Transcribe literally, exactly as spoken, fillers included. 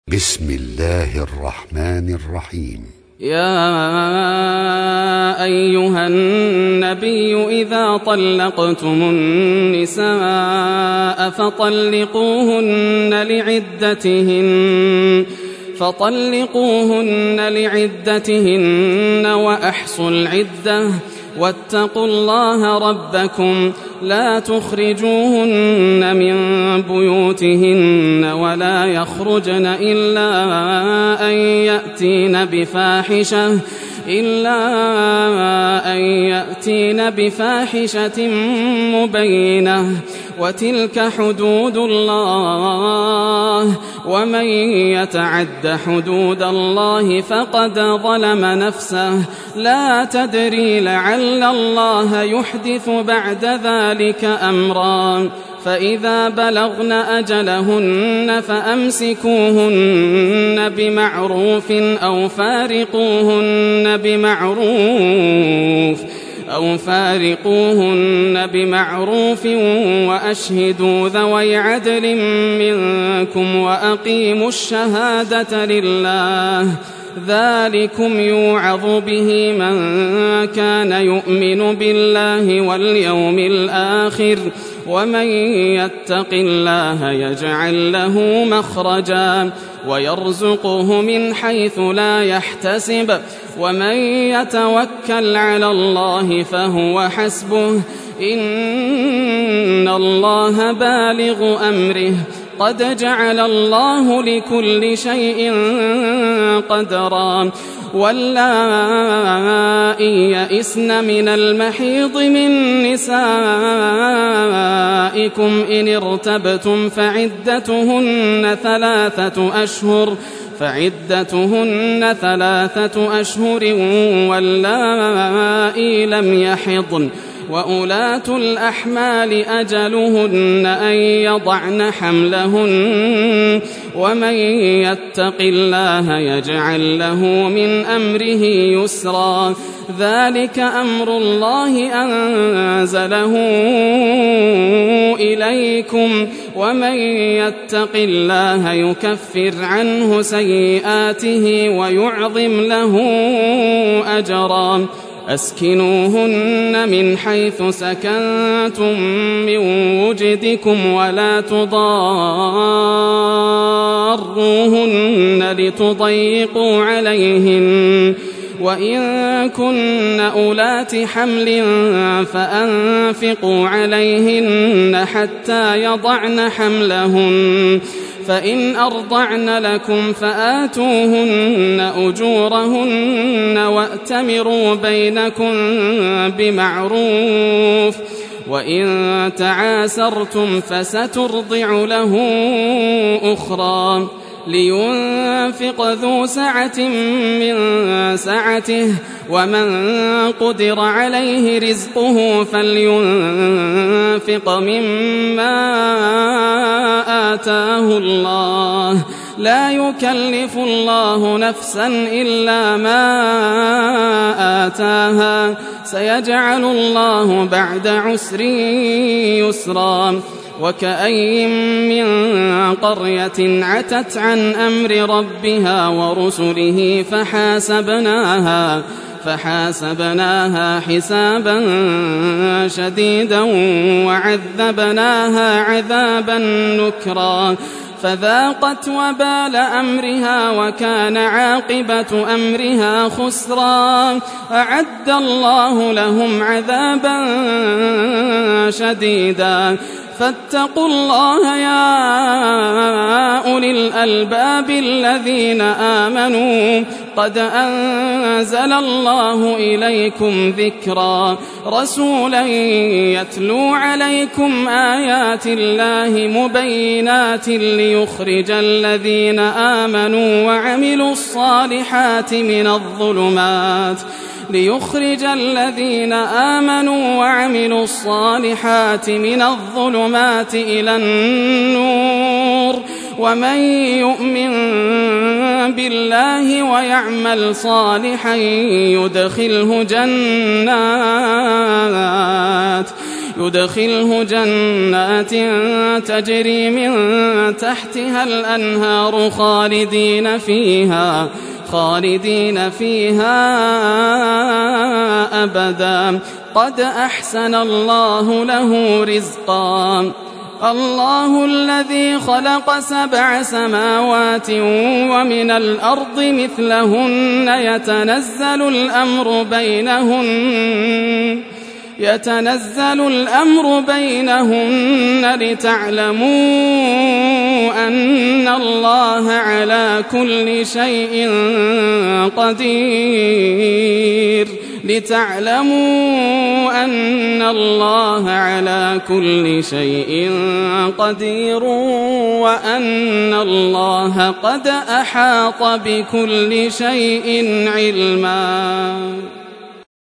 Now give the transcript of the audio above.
بسم الله الرحمن الرحيم. يا أيها النبي إذا طلقتم النساء فطلقوهن لعدتهن فطلقوهن لعدتهن وأحصوا العدة واتقوا الله ربكم لا تخرجوهن من بيوتهن ولا يخرجن إلا أن يأتين بفاحشة إلا أن يأتين بفاحشة مبينة وتلك حدود الله ومن يتعد حدود الله فقد ظلم نفسه لا تدري لعل الله يحدث بعد ذلك أمرا فإذا بلغن أجلهن فأمسكوهن بمعروف أو فارقوهن بمعروف أو فارقوهن بمعروف وأشهدوا ذوي عدل منكم وأقيموا الشهادة لله ذلكم يوعظ به من كان يؤمن بالله واليوم الآخر ومن يتق الله يجعل له مخرجا ويرزقه من حيث لا يحتسب ومن يتوكل على الله فهو حسبه إن الله بالغ أمره قد جعل الله لكل شيء قدرا واللائي يئسن من المحيض من نسائكم إن ارتبتم فعدتهن ثلاثة أشهر فعدتهن ثلاثة أشهر واللائي لم يحضن وأولاة الأحمال أجلهن أن يضعن حملهن ومن يتق الله يجعل له من أمره يسرا ذلك أمر الله أنزله إليكم ومن يتق الله يكفر عنه سيئاته ويعظم له أجرا أسكنوهن من حيث سكنتم من وجدكم ولا تضاروهن لتضيقوا عليهن وإن كن أولات حمل فأنفقوا عليهن حتى يضعن حملهن فإن أرضعن لكم فآتوهن أجورهن وأتمروا بينكم بمعروف وإن تعاسرتم فسترضع له أخرى لينفق ذو سعة من سعته ومن قدر عليه رزقه فلينفق مما آتاه الله لا يكلف الله نفسا إلا ما آتاها سيجعل الله بعد عسر يسرا وكأي من قرية عتت عن أمر ربها ورسله فحاسبناها فحاسبناها حسابا شديدا وعذبناها عذابا نكرا فذاقت وبال أمرها وكان عاقبة أمرها خسرا أعد الله لهم عذابا شديدا فاتقوا الله يا أولي الألباب الذين آمنوا قد أنزل الله إليكم ذكرا رسولا يتلو عليكم آيات الله مبينات ليخرج الذين آمنوا وعملوا الصالحات من الظلمات ليخرج الذين آمنوا وعملوا الصالحات من الظلمات إلى النور ومن يؤمن بالله ويعمل صالحا يدخله جنات يدخله جنات تجري من تحتها الأنهار خالدين فيها خالدين فيها أبدا قد أحسن الله له رزقا الله الذي خلق سبع سماوات ومن الأرض مثلهن يتنزل الأمر بينهن يتنزل الأمر بينهن لتعلموا أن الله على كل شيء قدير لتعلموا أن الله على كل شيء قدير وأن الله قد أحاط بكل شيء علما.